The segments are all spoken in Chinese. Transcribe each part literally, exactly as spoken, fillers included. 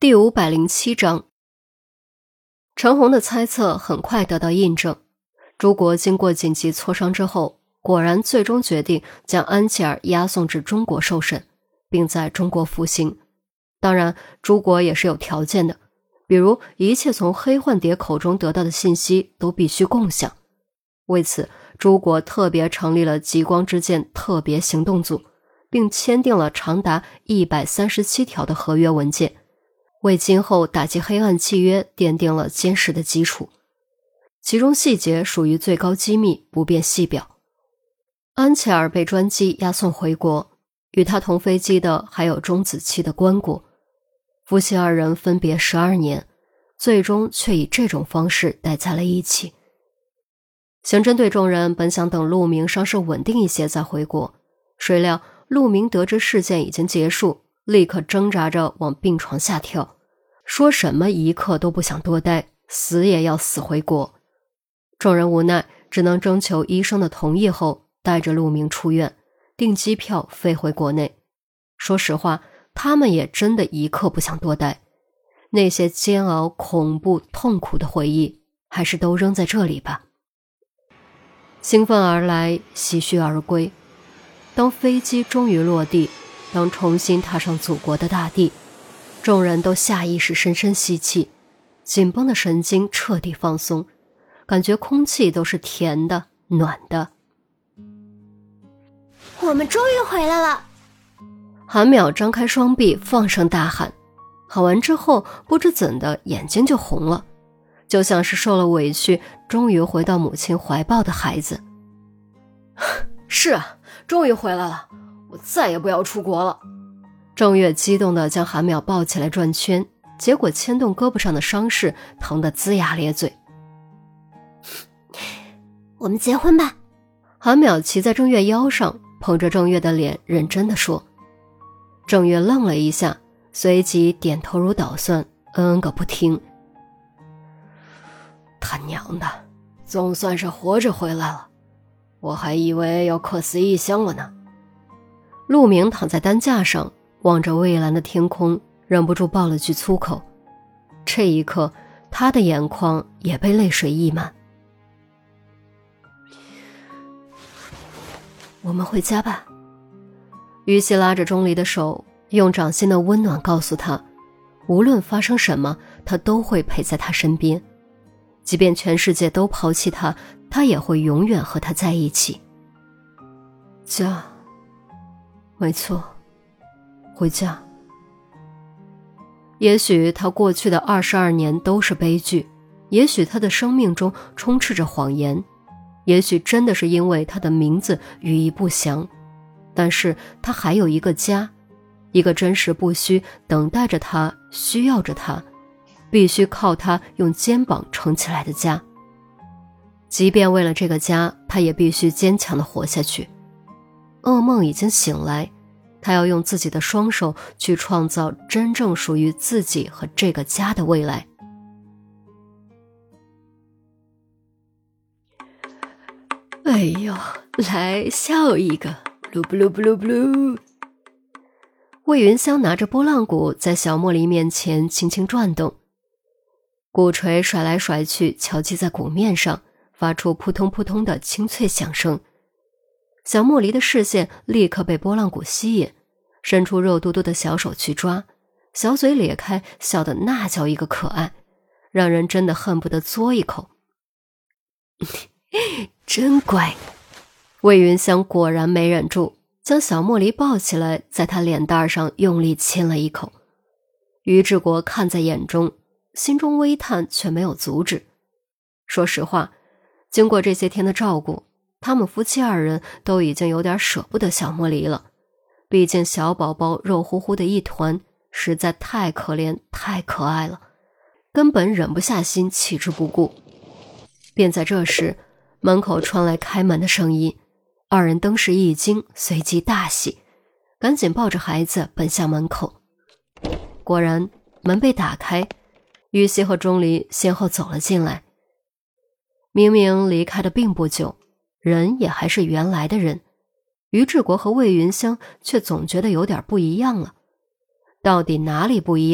第五百零七章，陈红的猜测很快得到印证。朱国经过紧急磋商之后，果然最终决定将安琪儿押送至中国受审，并在中国服刑。当然，朱国也是有条件的，比如一切从黑幻蝶口中得到的信息都必须共享。为此，朱国特别成立了极光之剑特别行动组，并签订了长达一百三十七条的合约文件，为今后打击黑暗契约奠定了坚实的基础。其中细节属于最高机密，不便细表。安琪儿被专机押送回国，与他同飞机的还有钟子期的关国。夫妻二人分别十二年，最终却以这种方式待在了一起。刑侦队众人本想等陆明伤势稳定一些再回国，谁料陆明得知事件已经结束，立刻挣扎着往病床下跳，说什么一刻都不想多待，死也要死回国。众人无奈，只能征求医生的同意后，带着陆明出院，订机票飞回国内。说实话，他们也真的一刻不想多待，那些煎熬、恐怖、痛苦的回忆，还是都扔在这里吧。兴奋而来，唏嘘而归。当飞机终于落地，当重新踏上祖国的大地，众人都下意识深深吸气，紧绷的神经彻底放松，感觉空气都是甜的、暖的。 我们终于回来了！ 韩淼张开双臂，放声大喊。喊完之后，不知怎的眼睛就红了，就像是受了委屈，终于回到母亲怀抱的孩子。 是啊，终于回来了，我再也不要出国了。 郑月激动地将韩淼抱起来转圈，结果牵动胳膊上的伤势，疼得龇牙咧嘴。 我们结婚吧。 韩淼骑在郑月腰上，捧着郑月的脸认真地说。郑月愣了一下，随即点头如捣蒜，嗯嗯个不停。 他娘的，总算是活着回来了，我还以为要客死异乡了呢。 陆明躺在担架上，望着蔚蓝的天空，忍不住爆了句粗口。这一刻，他的眼眶也被泪水溢满。我们回家吧。于西拉着钟离的手，用掌心的温暖告诉他，无论发生什么，他都会陪在他身边，即便全世界都抛弃他，他也会永远和他在一起。家，没错，回家。也许他过去的二十二年都是悲剧，也许他的生命中充斥着谎言，也许真的是因为他的名字语意不详，但是他还有一个家，一个真实不虚，等待着他，需要着他，必须靠他用肩膀撑起来的家。即便为了这个家，他也必须坚强地活下去。噩梦已经醒来，他要用自己的双手去创造真正属于自己和这个家的未来。 哎呦，来笑一个，噜不噜不噜不噜。 魏云香拿着拨浪鼓在小茉莉面前轻轻转动，鼓槌甩来甩去，敲击在鼓面上，发出扑通扑通的清脆响声。小茉莉的视线立刻被拨浪鼓吸引，伸出肉嘟嘟的小手去抓，小嘴咧开，笑得那叫一个可爱，让人真的恨不得嘬一口。真乖。魏云香果然没忍住，将小茉莉抱起来，在她脸蛋上用力亲了一口。于志国看在眼中，心中微叹，却没有阻止。说实话，经过这些天的照顾，他们夫妻二人都已经有点舍不得小茉莉了，毕竟小宝宝肉乎乎的一团，实在太可怜太可爱了，根本忍不下心弃之不顾。便在这时，门口传来开门的声音，二人登时一惊，随即大喜，赶紧抱着孩子奔向门口。果然门被打开，于西和钟离先后走了进来。明明离开的并不久，人也还是原来的人，于志国和魏云香却总觉得有点不一样了。到底哪里不一样，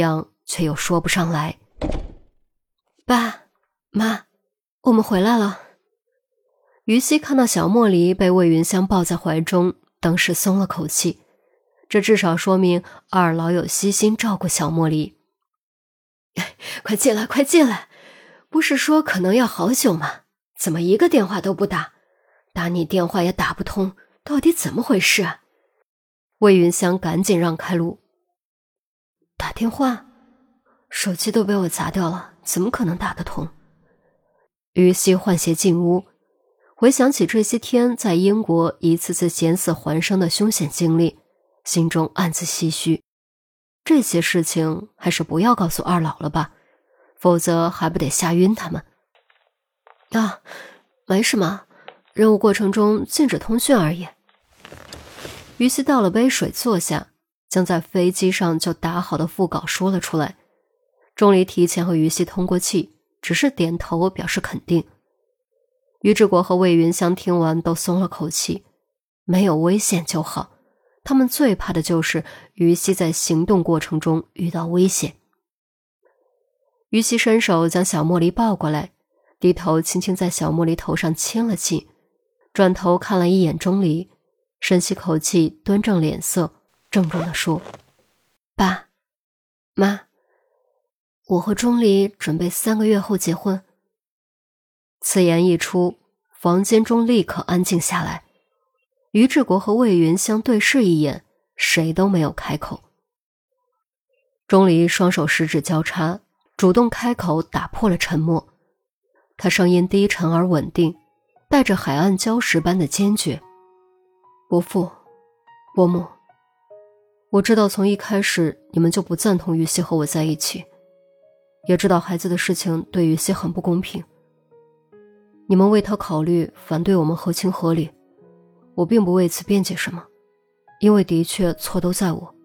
却又说不上来。爸妈，我们回来了。于西看到小茉莉被魏云香抱在怀中，当时松了口气，这至少说明二老有悉心照顾小茉莉。快进来快进来，不是说可能要好久吗？怎么一个电话都不打？打你电话也打不通，到底怎么回事啊？魏云香赶紧让开路。打电话？手机都被我砸掉了，怎么可能打得通？于西换鞋进屋，回想起这些天在英国一次次险死还生的凶险经历，心中暗自唏嘘。这些事情还是不要告诉二老了吧，否则还不得吓晕他们。啊，没什么，任务过程中禁止通讯而已。于西倒了杯水坐下，将在飞机上就打好的副稿说了出来。钟离提前和于西通过气，只是点头表示肯定。于志国和魏云香听完都松了口气，没有危险就好，他们最怕的就是于西在行动过程中遇到危险。于西伸手将小茉莉抱过来，低头轻轻在小茉莉头上亲了亲，转头看了一眼钟离，深吸口气，端正脸色，郑重地说：爸妈，我和钟离准备三个月后结婚。此言一出，房间中立刻安静下来。于志国和魏云相对视一眼，谁都没有开口。钟离双手十指交叉，主动开口打破了沉默。他声音低沉而稳定，带着海岸礁石般的坚决。伯父伯母，我知道从一开始你们就不赞同于西和我在一起，也知道孩子的事情对于西很不公平，你们为他考虑，反对我们合情合理，我并不为此辩解什么，因为的确错都在我。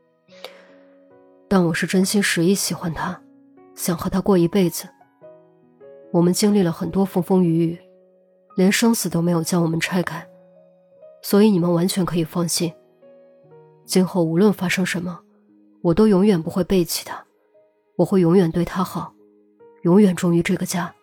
但我是真心实意喜欢他，想和他过一辈子。我们经历了很多风风雨雨，连生死都没有将我们拆开，所以你们完全可以放心，今后无论发生什么，我都永远不会背弃他，我会永远对他好，永远忠于这个家。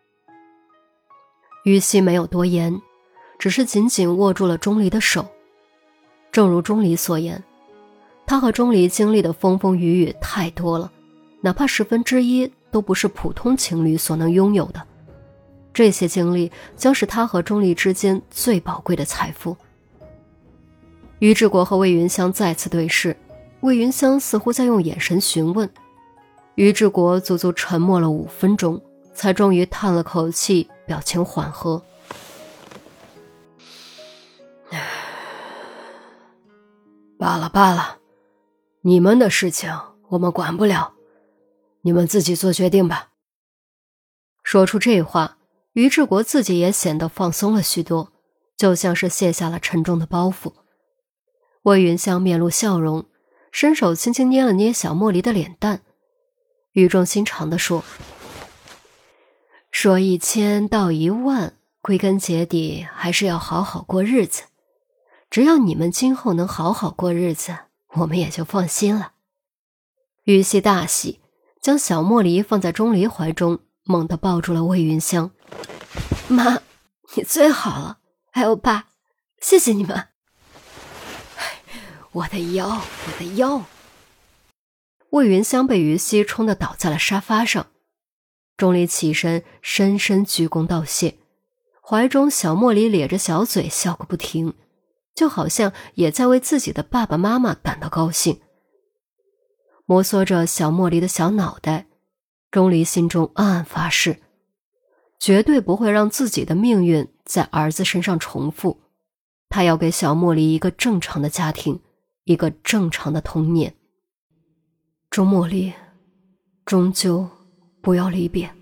于西没有多言，只是紧紧握住了钟离的手。正如钟离所言，他和钟离经历的风风雨雨太多了，哪怕十分之一都不是普通情侣所能拥有的。这些经历将是他和钟离之间最宝贵的财富。于志国和魏云香再次对视，魏云香似乎在用眼神询问。于志国足足沉默了五分钟，才终于叹了口气，表情缓和。罢了罢了，你们的事情我们管不了，你们自己做决定吧。说出这话，于志国自己也显得放松了许多，就像是卸下了沉重的包袱。魏云香面露笑容，伸手轻轻捏了捏小茉莉的脸蛋，语重心长地说：说一千道一万，归根结底还是要好好过日子。只要你们今后能好好过日子，我们也就放心了。于西大喜，将小茉莉放在钟离怀中，猛地抱住了魏云香。妈，你最好了，还有爸，谢谢你们。我的腰，我的腰。魏云香被于西冲得倒在了沙发上。钟离起身，深深鞠躬道谢，怀中小茉莉咧着小嘴笑个不停，就好像也在为自己的爸爸妈妈感到高兴。摩挲着小茉莉的小脑袋，钟离心中暗暗发誓，绝对不会让自己的命运在儿子身上重复。他要给小茉莉一个正常的家庭，一个正常的童年。钟茉莉，终究不要离别。